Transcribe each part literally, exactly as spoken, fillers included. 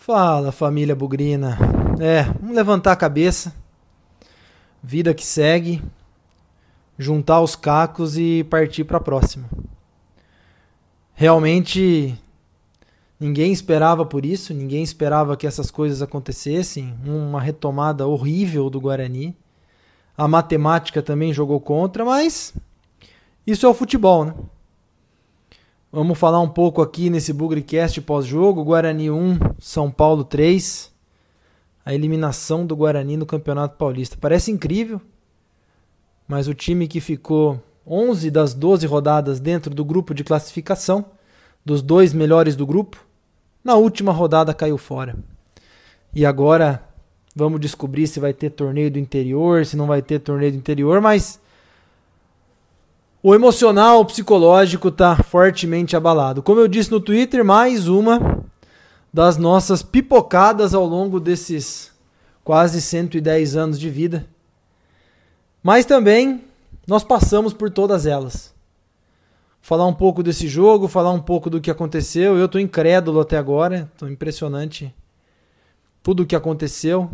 Fala, família bugrina. É, vamos levantar a cabeça. Vida que segue. Juntar os cacos e partir para a próxima. Realmente, ninguém esperava por isso. Ninguém esperava que essas coisas acontecessem. Uma retomada horrível do Guarani. A matemática também jogou contra, mas isso é o futebol, né? Vamos falar um pouco aqui nesse BugriCast pós-jogo. Guarani um, São Paulo três. A eliminação do Guarani no Campeonato Paulista. Parece incrível, mas o time que ficou onze das doze rodadas dentro do grupo de classificação, dos dois melhores do grupo, na última rodada caiu fora. E agora vamos descobrir se vai ter torneio do interior, se não vai ter torneio do interior, mas o emocional, o psicológico está fortemente abalado. Como eu disse no Twitter, mais uma das nossas pipocadas ao longo desses quase cento e dez anos de vida. Mas também nós passamos por todas elas. Falar um pouco desse jogo, falar um pouco do que aconteceu. Eu estou incrédulo até agora, estou impressionante tudo o que aconteceu.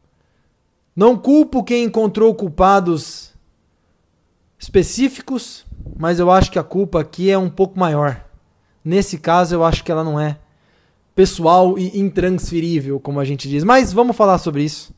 Não culpo quem encontrou culpados específicos, mas eu acho que a culpa aqui é um pouco maior. Nesse caso, eu acho que ela não é pessoal e intransferível, como a gente diz. Mas vamos falar sobre isso.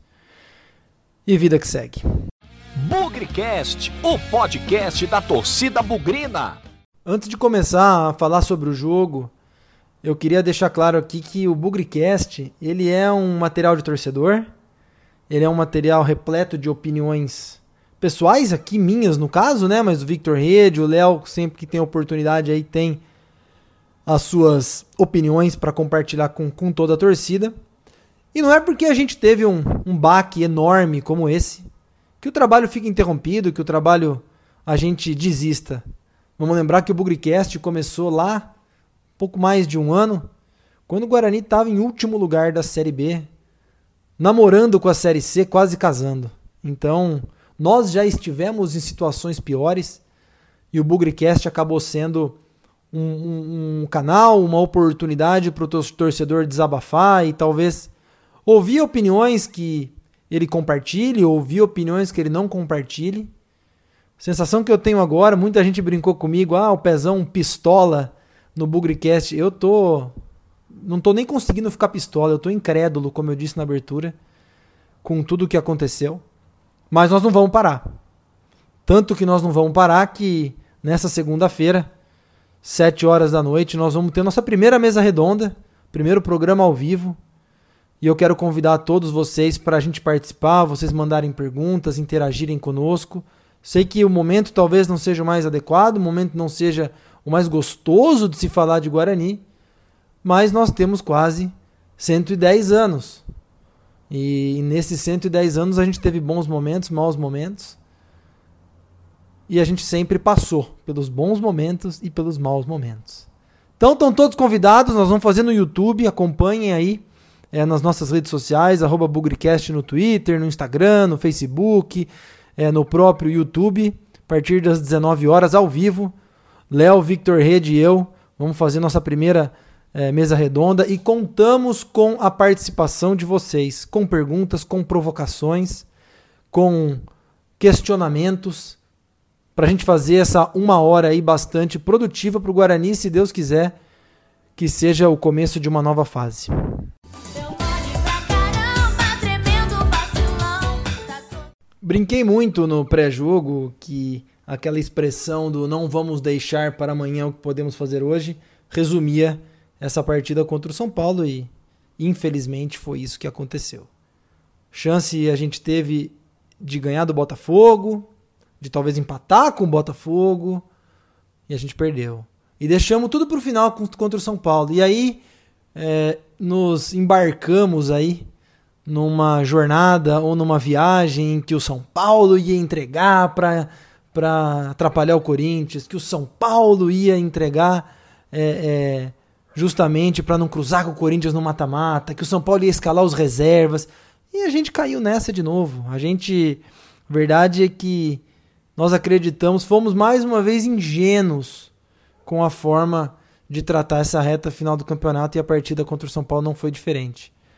E vida que segue. BugriCast, o podcast da torcida bugrina. Antes de começar a falar sobre o jogo, eu queria deixar claro aqui que o BugriCast, ele é um material de torcedor, ele é um material repleto de opiniões pessoais, aqui minhas no caso, né? Mas o Victor Rede, o Léo, sempre que tem oportunidade aí, tem as suas opiniões para compartilhar com, com toda a torcida. E não é porque a gente teve um, um baque enorme como esse que o trabalho fica interrompido, que o trabalho a gente desista. Vamos lembrar que o BugriCast começou lá, pouco mais de um ano, quando o Guarani estava em último lugar da Série B, namorando com a Série C, quase casando. Então, nós já estivemos em situações piores e o BugriCast acabou sendo um, um, um canal, uma oportunidade para o torcedor desabafar e talvez ouvir opiniões que ele compartilhe, ouvir opiniões que ele não compartilhe. Sensação que eu tenho agora, muita gente brincou comigo, ah, o Pezão pistola no BugriCast. Eu tô, não tô nem conseguindo ficar pistola, eu tô incrédulo, como eu disse na abertura, com tudo o que aconteceu. Mas nós não vamos parar. Tanto que nós não vamos parar que nessa segunda-feira, sete horas da noite, nós vamos ter nossa primeira mesa redonda, primeiro programa ao vivo. E eu quero convidar todos vocês para a gente participar, vocês mandarem perguntas, interagirem conosco. Sei que o momento talvez não seja o mais adequado, o momento não seja o mais gostoso de se falar de Guarani, mas nós temos quase cento e dez anos. E nesses cento e dez anos a gente teve bons momentos, maus momentos. E a gente sempre passou pelos bons momentos e pelos maus momentos. Então estão todos convidados, nós vamos fazer no YouTube, acompanhem aí é, nas nossas redes sociais, arroba BugriCast no Twitter, no Instagram, no Facebook, é, no próprio YouTube, a partir das dezenove horas ao vivo. Léo, Victor Rede e eu vamos fazer nossa primeira É, mesa redonda e contamos com a participação de vocês, com perguntas, com provocações, com questionamentos, para a gente fazer essa uma hora aí bastante produtiva para o Guarani, se Deus quiser, que seja o começo de uma nova fase. Brinquei muito no pré-jogo que aquela expressão do não vamos deixar para amanhã o que podemos fazer hoje resumia essa partida contra o São Paulo e infelizmente foi isso que aconteceu. Chance a gente teve de ganhar do Botafogo, de talvez empatar com o Botafogo e a gente perdeu. E deixamos tudo para o final contra o São Paulo. E aí é, nos embarcamos aí numa jornada ou numa viagem em que o São Paulo ia entregar para para atrapalhar o Corinthians, que o São Paulo ia entregar é, é, justamente para não cruzar com o Corinthians no mata-mata, que o São Paulo ia escalar os reservas, e a gente caiu nessa de novo. A gente, a verdade é que nós acreditamos, fomos mais uma vez ingênuos com a forma de tratar essa reta final do campeonato, e a partida contra o São Paulo não foi diferente.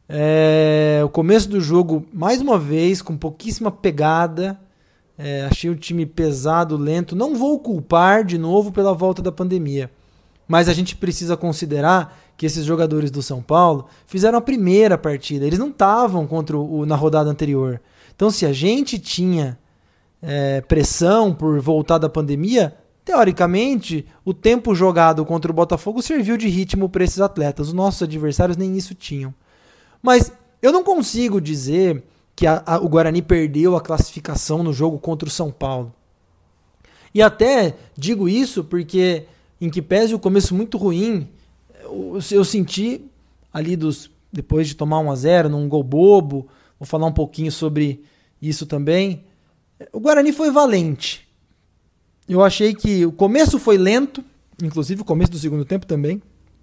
É, o começo do jogo, mais uma vez, com pouquíssima pegada. É, achei o time pesado, lento. Não vou culpar de novo pela volta da pandemia. Mas a gente precisa considerar que esses jogadores do São Paulo fizeram a primeira partida. Eles não estavam contra o, na rodada anterior. Então, se a gente tinha é, pressão por voltar da pandemia, teoricamente, o tempo jogado contra o Botafogo serviu de ritmo para esses atletas. Os nossos adversários nem isso tinham. Mas eu não consigo dizer que a, a, o Guarani perdeu a classificação no jogo contra o São Paulo. E até digo isso porque, em que pese o começo muito ruim, eu, eu senti ali, dos, depois de tomar um a zero, num gol bobo, vou falar um pouquinho sobre isso também, o Guarani foi valente. Eu achei que o começo foi lento, inclusive o começo do segundo tempo também,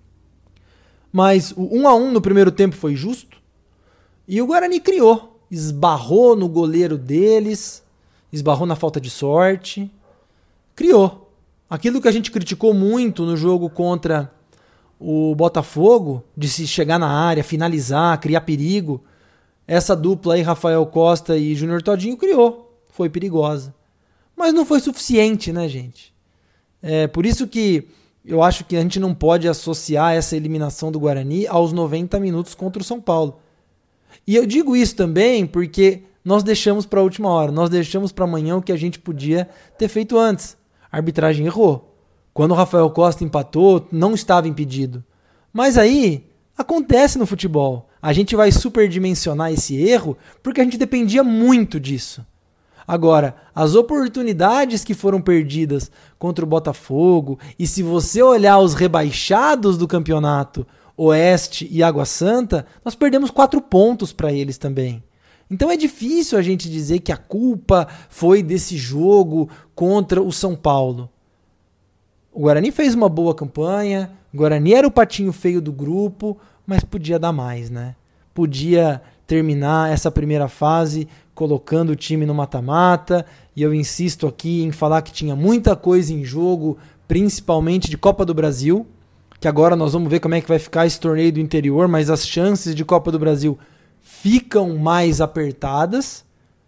mas o um a um no primeiro tempo foi justo, e o Guarani criou. Esbarrou no goleiro deles, esbarrou na falta de sorte, criou. Aquilo que a gente criticou muito no jogo contra o Botafogo, de se chegar na área, finalizar, criar perigo, essa dupla aí, Rafael Costa e Júnior Todinho, criou. Foi perigosa. Mas não foi suficiente, né, gente? É por isso que eu acho que a gente não pode associar essa eliminação do Guarani aos noventa minutos contra o São Paulo. E eu digo isso também porque nós deixamos para a última hora, nós deixamos para amanhã o que a gente podia ter feito antes. A arbitragem errou. Quando o Rafael Costa empatou, não estava impedido. Mas aí, acontece no futebol. A gente vai superdimensionar esse erro porque a gente dependia muito disso. Agora, as oportunidades que foram perdidas contra o Botafogo, e se você olhar os rebaixados do campeonato, Oeste e Água Santa, nós perdemos quatro pontos para eles também. Então é difícil a gente dizer que a culpa foi desse jogo contra o São Paulo. O Guarani fez uma boa campanha, o Guarani era o patinho feio do grupo, mas podia dar mais, né? Podia terminar essa primeira fase colocando o time no mata-mata, e eu insisto aqui em falar que tinha muita coisa em jogo, principalmente de Copa do Brasil, que agora nós vamos ver como é que vai ficar esse torneio do interior, mas as chances de Copa do Brasil ficam mais apertadas,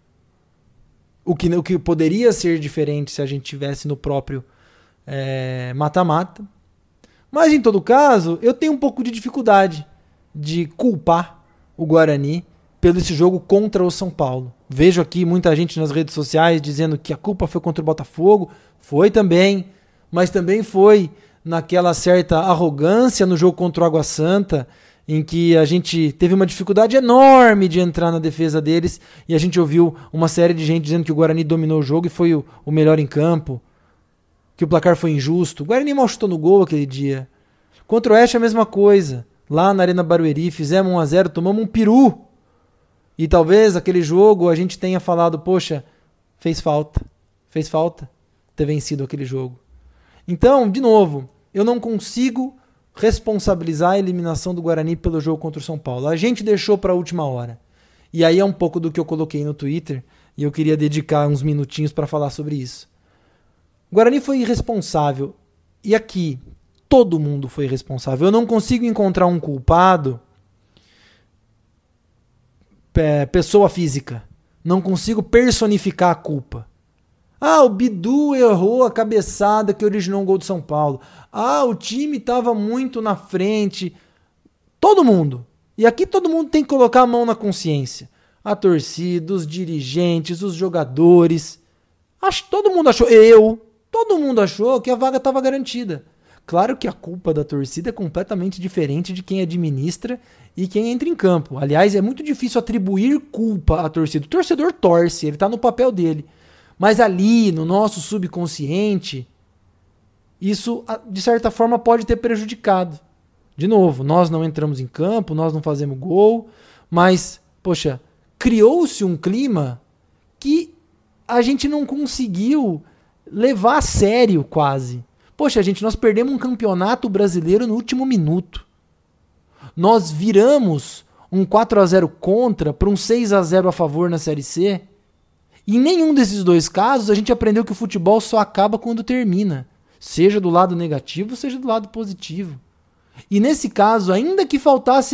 o que, o que poderia ser diferente se a gente tivesse no próprio é, mata-mata. Mas em todo caso, eu tenho um pouco de dificuldade de culpar o Guarani pelo esse jogo contra o São Paulo. Vejo aqui muita gente nas redes sociais dizendo que a culpa foi contra o Botafogo, foi também, mas também foi naquela certa arrogância no jogo contra o Água Santa, em que a gente teve uma dificuldade enorme de entrar na defesa deles, e a gente ouviu uma série de gente dizendo que o Guarani dominou o jogo e foi o, o melhor em campo, que o placar foi injusto. O Guarani mal chutou no gol aquele dia. Contra o Oeste a mesma coisa. Lá na Arena Barueri fizemos um a zero, tomamos um peru. E talvez aquele jogo a gente tenha falado, poxa, fez falta. Fez falta ter vencido aquele jogo. Então, de novo, eu não consigo responsabilizar a eliminação do Guarani pelo jogo contra o São Paulo. A gente deixou para a última hora. E aí é um pouco do que eu coloquei no Twitter, e eu queria dedicar uns minutinhos para falar sobre isso. O Guarani foi irresponsável. E aqui, todo mundo foi irresponsável. Eu não consigo encontrar um culpado, é, pessoa física. Não consigo personificar a culpa. Ah, o Bidu errou a cabeçada que originou um gol do São Paulo. Ah, o time estava muito na frente. Todo mundo. E aqui todo mundo tem que colocar a mão na consciência. A torcida, os dirigentes, os jogadores. Acho, todo mundo achou, eu, todo mundo achou que a vaga estava garantida. Claro que a culpa da torcida é completamente diferente de quem administra e quem entra em campo. Aliás, é muito difícil atribuir culpa à torcida. O torcedor torce, ele está no papel dele. Mas ali, no nosso subconsciente, isso, de certa forma, pode ter prejudicado. De novo, nós não entramos em campo, nós não fazemos gol, mas, poxa, criou-se um clima que a gente não conseguiu levar a sério quase. Poxa, gente, nós perdemos um campeonato brasileiro no último minuto. Nós viramos um quatro a zero contra para um seis a zero a favor na Série C. E em nenhum desses dois casos a gente aprendeu que o futebol só acaba quando termina. Seja do lado negativo, seja do lado positivo. E nesse caso, ainda que faltassem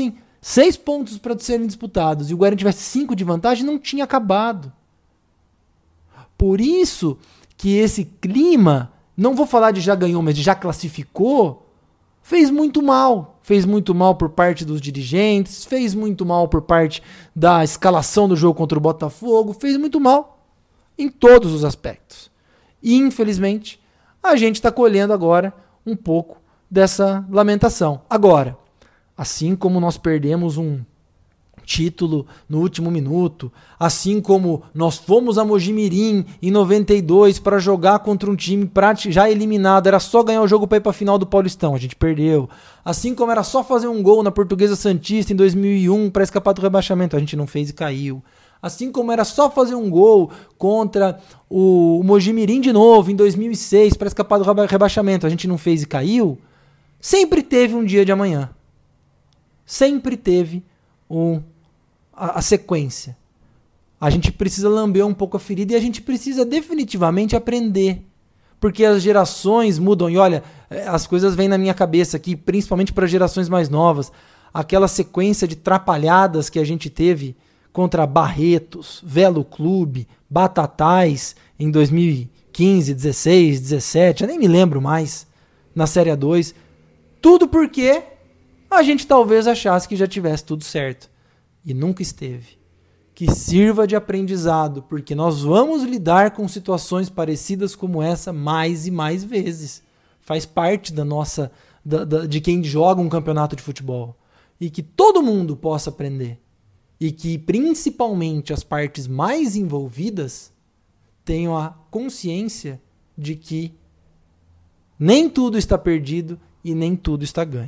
Seis pontos para serem disputados e o Guarani tivesse cinco de vantagem, não tinha acabado. Por isso que esse clima, não vou falar de já ganhou, mas de já classificou, fez muito mal. Fez muito mal por parte dos dirigentes, fez muito mal por parte da escalação do jogo contra o Botafogo, fez muito mal em todos os aspectos. E, infelizmente, a gente está colhendo agora um pouco dessa lamentação. Agora, assim como nós perdemos um título no último minuto, assim como nós fomos a Mojimirim em noventa e dois para jogar contra um time já eliminado, era só ganhar o jogo para ir para a final do Paulistão, a gente perdeu. Assim como era só fazer um gol na Portuguesa Santista em dois mil e um para escapar do rebaixamento, a gente não fez e caiu. Assim como era só fazer um gol contra o Mojimirim de novo em dois mil e seis para escapar do rebaixamento, a gente não fez e caiu. Sempre teve um dia de amanhã. Sempre teve um, a, a sequência. A gente precisa lamber um pouco a ferida e a gente precisa definitivamente aprender. Porque as gerações mudam. E olha, as coisas vêm na minha cabeça aqui, principalmente para gerações mais novas. Aquela sequência de trapalhadas que a gente teve contra Barretos, Velo Clube, Batatais em dois mil e quinze, dezesseis, dezessete, eu nem me lembro mais, na Série A dois. Tudo porque a gente talvez achasse que já tivesse tudo certo. E nunca esteve. Que sirva de aprendizado, porque nós vamos lidar com situações parecidas como essa mais e mais vezes. Faz parte da nossa, da, da, de quem joga um campeonato de futebol. E que todo mundo possa aprender. E que principalmente as partes mais envolvidas tenham a consciência de que nem tudo está perdido e nem tudo está ganho.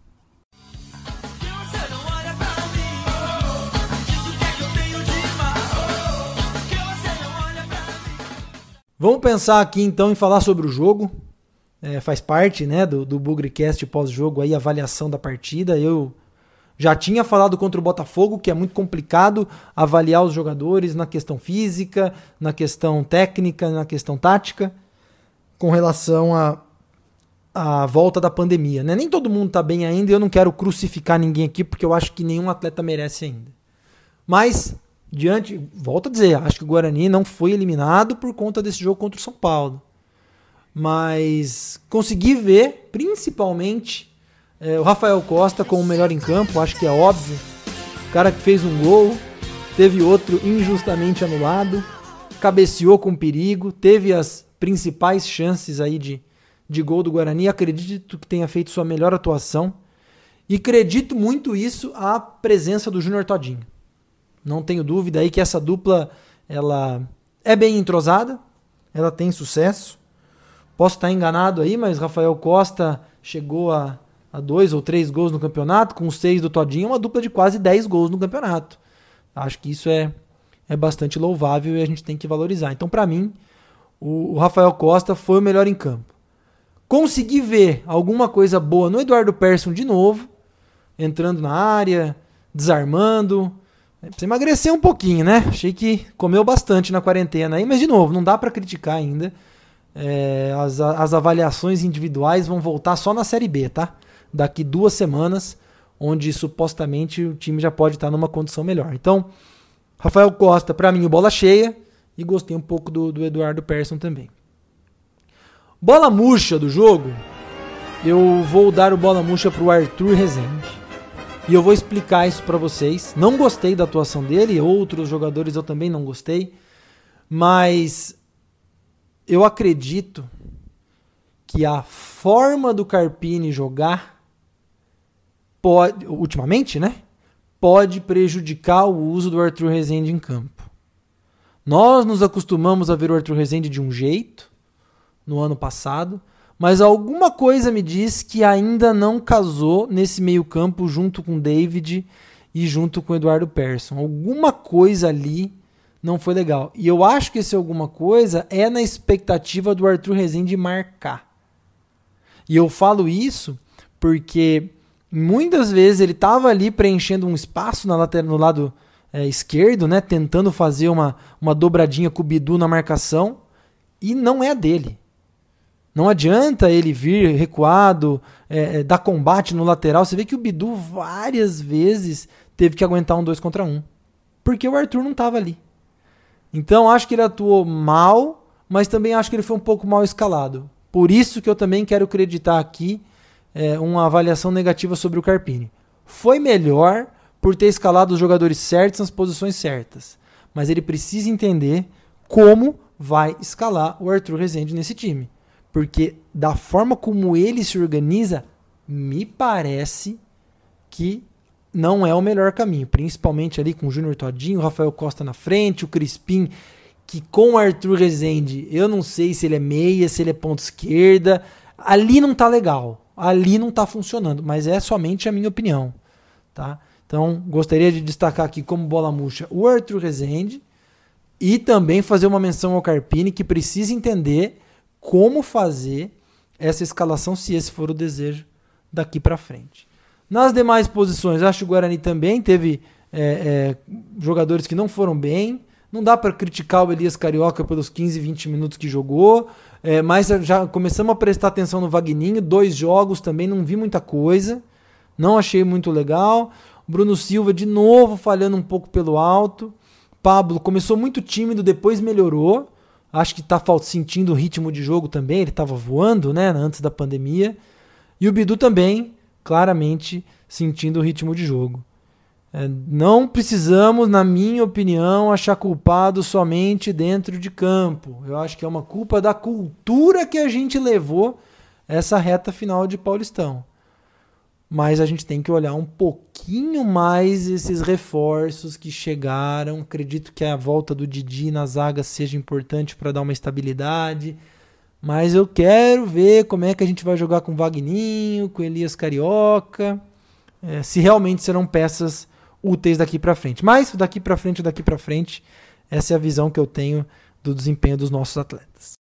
Vamos pensar aqui então em falar sobre o jogo. É, faz parte, né, do, do BugriCast pós-jogo, aí, avaliação da partida. Eu já tinha falado contra o Botafogo que é muito complicado avaliar os jogadores na questão física, na questão técnica, na questão tática, com relação a a volta da pandemia, né? Nem todo mundo tá bem ainda e eu não quero crucificar ninguém aqui porque eu acho que nenhum atleta merece ainda. Mas, diante, volto a dizer, acho que o Guarani não foi eliminado por conta desse jogo contra o São Paulo. Mas consegui ver, principalmente, é, o Rafael Costa como o melhor em campo, acho que é óbvio. O cara que fez um gol, teve outro injustamente anulado, cabeceou com perigo, teve as principais chances aí de de gol do Guarani, acredito que tenha feito sua melhor atuação e acredito muito isso à presença do Júnior Todinho. Não tenho dúvida aí que essa dupla ela é bem entrosada, ela tem sucesso. Posso estar enganado aí, mas Rafael Costa chegou a, a dois ou três gols no campeonato, com os seis do Todinho, uma dupla de quase dez gols no campeonato. Acho que isso é, é bastante louvável e a gente tem que valorizar. Então, para mim, o, o Rafael Costa foi o melhor em campo. Consegui ver alguma coisa boa no Eduardo Persson de novo, entrando na área, desarmando. Precisa emagrecer um pouquinho, né? Achei que comeu bastante na quarentena aí, mas de novo, não dá para criticar ainda. É, as, as avaliações individuais vão voltar só na Série B, tá? Daqui duas semanas, onde supostamente o time já pode estar numa condição melhor. Então, Rafael Costa, para mim, o bola cheia, e gostei um pouco do, do Eduardo Persson também. Bola murcha do jogo, eu vou dar o bola murcha pro Arthur Rezende. E eu vou explicar isso para vocês. Não gostei da atuação dele, outros jogadores eu também não gostei. Mas eu acredito que a forma do Carpini jogar, pode, ultimamente, né, pode prejudicar o uso do Arthur Rezende em campo. Nós nos acostumamos a ver o Arthur Rezende de um jeito, no ano passado, mas alguma coisa me diz que ainda não casou nesse meio campo junto com o David e junto com o Eduardo Persson. Alguma coisa ali não foi legal. E eu acho que esse alguma coisa é na expectativa do Arthur Rezende marcar. E eu falo isso porque muitas vezes ele estava ali preenchendo um espaço na lateral, no lado é, esquerdo, né, tentando fazer uma, uma dobradinha com o Bidu na marcação, e não é dele. Não adianta ele vir recuado, é, é, dar combate no lateral. Você vê que o Bidu várias vezes teve que aguentar um dois contra um. Porque o Arthur não estava ali. Então acho que ele atuou mal, mas também acho que ele foi um pouco mal escalado. Por isso que eu também quero acreditar aqui é, uma avaliação negativa sobre o Carpini. Foi melhor por ter escalado os jogadores certos nas posições certas. Mas ele precisa entender como vai escalar o Arthur Rezende nesse time. Porque da forma como ele se organiza, me parece que não é o melhor caminho. Principalmente ali com o Júnior Todinho, o Rafael Costa na frente, o Crispim, que com o Arthur Rezende, eu não sei se ele é meia, se ele é ponta esquerda. Ali não tá legal. Ali não tá funcionando. Mas é somente a minha opinião. Tá? Então, gostaria de destacar aqui como bola murcha o Arthur Rezende e também fazer uma menção ao Carpini, que precisa entender como fazer essa escalação, se esse for o desejo daqui para frente. Nas demais posições, acho que o Guarani também teve é, é, jogadores que não foram bem. Não dá para criticar o Elias Carioca pelos quinze, vinte minutos que jogou, é, mas já começamos a prestar atenção no Vagninho, dois jogos também, não vi muita coisa, não achei muito legal. O Bruno Silva de novo falhando um pouco pelo alto. Pablo começou muito tímido, depois melhorou. Acho que está sentindo o ritmo de jogo também. Ele estava voando, né, antes da pandemia. E o Bidu também, claramente, sentindo o ritmo de jogo. É, não precisamos, na minha opinião, achar culpado somente dentro de campo. Eu acho que é uma culpa da cultura que a gente levou essa reta final de Paulistão. Mas a gente tem que olhar um pouquinho mais esses reforços que chegaram. Acredito que a volta do Didi na zaga seja importante para dar uma estabilidade. Mas eu quero ver como é que a gente vai jogar com o Vagninho, com o Elias Carioca. É, se realmente serão peças úteis daqui para frente. Mas daqui para frente, daqui para frente, essa é a visão que eu tenho do desempenho dos nossos atletas.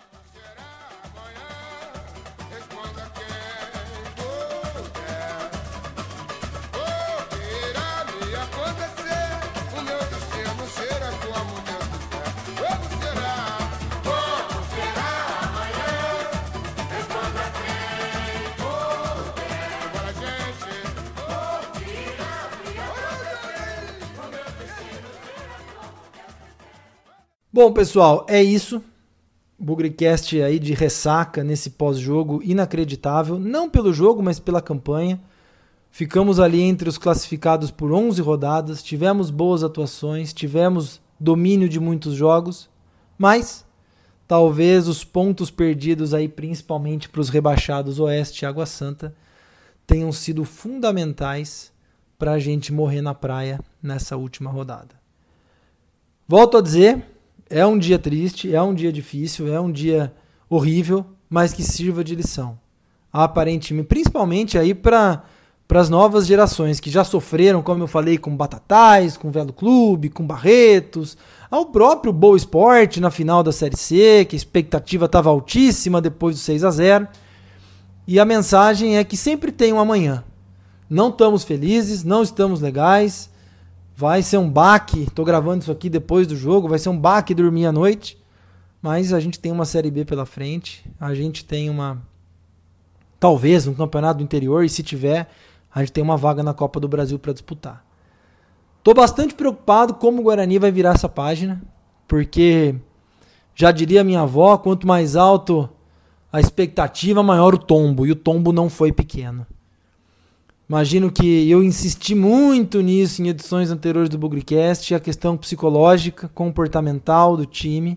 Bom, pessoal, é isso. BugriCast aí de ressaca nesse pós-jogo inacreditável. Não pelo jogo, mas pela campanha. Ficamos ali entre os classificados por onze rodadas. Tivemos boas atuações, tivemos domínio de muitos jogos. Mas talvez os pontos perdidos aí, principalmente para os rebaixados Oeste e Água Santa, tenham sido fundamentais para a gente morrer na praia nessa última rodada. Volto a dizer... É um dia triste, é um dia difícil, é um dia horrível, mas que sirva de lição. Aparentemente, principalmente aí para as novas gerações que já sofreram, como eu falei, com Batatais, com Velo Clube, com Barretos, ao próprio Boa Esporte na final da Série C, que a expectativa estava altíssima depois do seis a zero. E a mensagem é que sempre tem um amanhã. Não estamos felizes, não estamos legais. Vai ser um baque, estou gravando isso aqui depois do jogo, vai ser um baque dormir à noite, mas a gente tem uma Série B pela frente, a gente tem uma, talvez um campeonato do interior, e se tiver, a gente tem uma vaga na Copa do Brasil para disputar. Estou bastante preocupado como o Guarani vai virar essa página, porque, já diria minha avó, quanto mais alto a expectativa, maior o tombo, e o tombo não foi pequeno. Imagino que eu insisti muito nisso em edições anteriores do BugriCast, a questão psicológica, comportamental do time.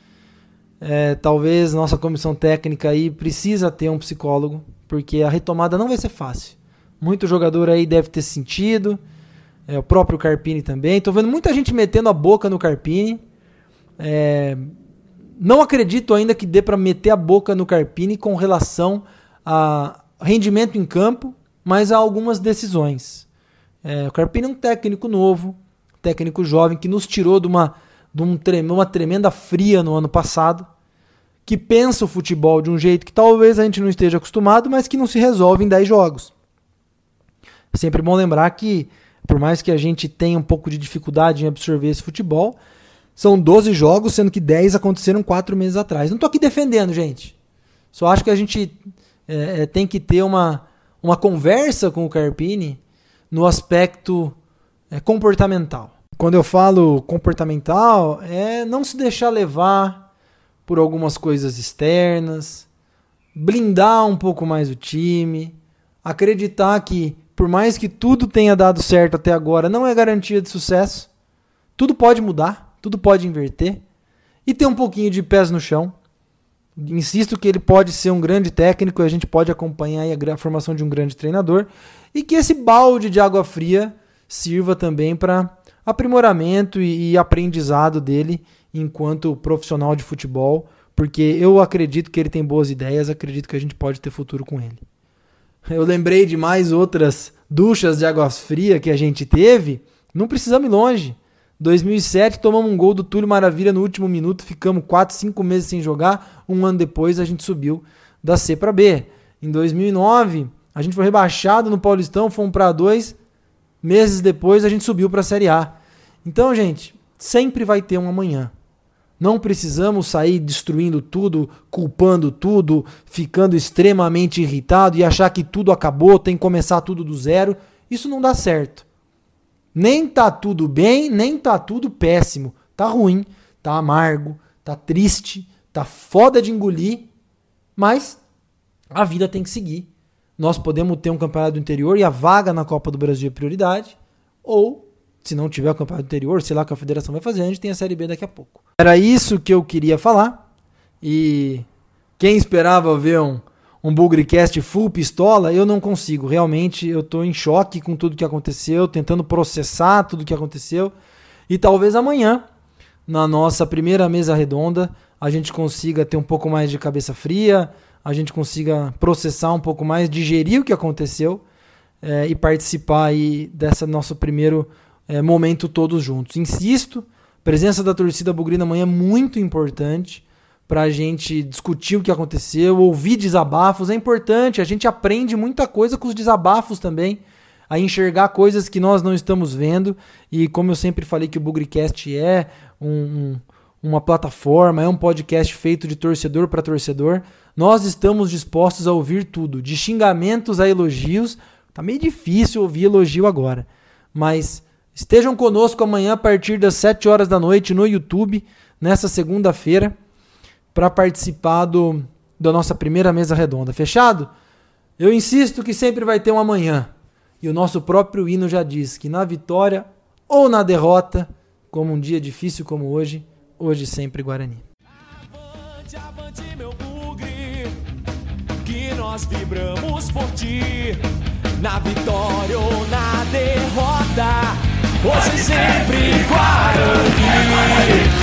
É, talvez nossa comissão técnica aí precisa ter um psicólogo, porque a retomada não vai ser fácil. Muito jogador aí deve ter sentido, é, o próprio Carpini também. Estou vendo muita gente metendo a boca no Carpini. É, não acredito ainda que dê para meter a boca no Carpini com relação a rendimento em campo, mas há algumas decisões. É, o Carpini é um técnico novo, técnico jovem, que nos tirou de uma, de um, uma tremenda fria no ano passado, que pensa o futebol de um jeito que talvez a gente não esteja acostumado, mas que não se resolve em dez jogos. É sempre bom lembrar que, por mais que a gente tenha um pouco de dificuldade em absorver esse futebol, são doze jogos, sendo que dez aconteceram quatro meses atrás. Não estou aqui defendendo, gente. Só acho que a gente é, tem que ter uma, uma conversa com o Carpini no aspecto é, comportamental. Quando eu falo comportamental, é não se deixar levar por algumas coisas externas, blindar um pouco mais o time, acreditar que, por mais que tudo tenha dado certo até agora, não é garantia de sucesso. Tudo pode mudar, tudo pode inverter. E ter um pouquinho de pés no chão. Insisto que ele pode ser um grande técnico e a gente pode acompanhar a formação de um grande treinador. E que esse balde de água fria sirva também para aprimoramento e, e aprendizado dele enquanto profissional de futebol, porque eu acredito que ele tem boas ideias, acredito que a gente pode ter futuro com ele. Eu lembrei de mais outras duchas de água fria que a gente teve, não precisamos ir longe. dois mil e sete tomamos um gol do Túlio Maravilha no último minuto, ficamos quatro, cinco meses sem jogar, um ano depois a gente subiu da C para B. Em dois mil e nove a gente foi rebaixado no Paulistão, fomos para dois, meses depois a gente subiu para a Série A. Então, gente, sempre vai ter um amanhã. Não precisamos sair destruindo tudo, culpando tudo, ficando extremamente irritado e achar que tudo acabou, tem que começar tudo do zero. Isso não dá certo. Nem tá tudo bem, nem tá tudo péssimo. Tá ruim, tá amargo, tá triste, tá foda de engolir, mas a vida tem que seguir. Nós podemos ter um campeonato do interior e a vaga na Copa do Brasil é prioridade, ou, se não tiver o campeonato do interior, sei lá o que a federação vai fazer, a gente tem a Série B daqui a pouco. Era isso que eu queria falar, e quem esperava ver um, um Bugricast full pistola, eu não consigo. Realmente, eu tô em choque com tudo que aconteceu, tentando processar tudo que aconteceu, e talvez amanhã, na nossa primeira mesa redonda, a gente consiga ter um pouco mais de cabeça fria, a gente consiga processar um pouco mais, digerir o que aconteceu é, e participar aí desse nosso primeiro é, momento todos juntos. Insisto, a presença da torcida bugrina amanhã é muito importante para a gente discutir o que aconteceu, ouvir desabafos. É importante, a gente aprende muita coisa com os desabafos também, a enxergar coisas que nós não estamos vendo. E como eu sempre falei que o Bugricast é um, um, uma plataforma, é um podcast feito de torcedor para torcedor, nós estamos dispostos a ouvir tudo, de xingamentos a elogios. Tá meio difícil ouvir elogio agora, mas estejam conosco amanhã a partir das sete horas da noite no YouTube, nessa segunda-feira, para participar do, da nossa primeira mesa redonda. Fechado? Eu insisto que sempre vai ter um amanhã, e o nosso próprio hino já diz que na vitória ou na derrota, como um dia difícil como hoje, hoje sempre Guarani. Avante, avante, meu bugre, que nós vibramos por ti, na vitória ou na derrota, hoje sempre Guarani.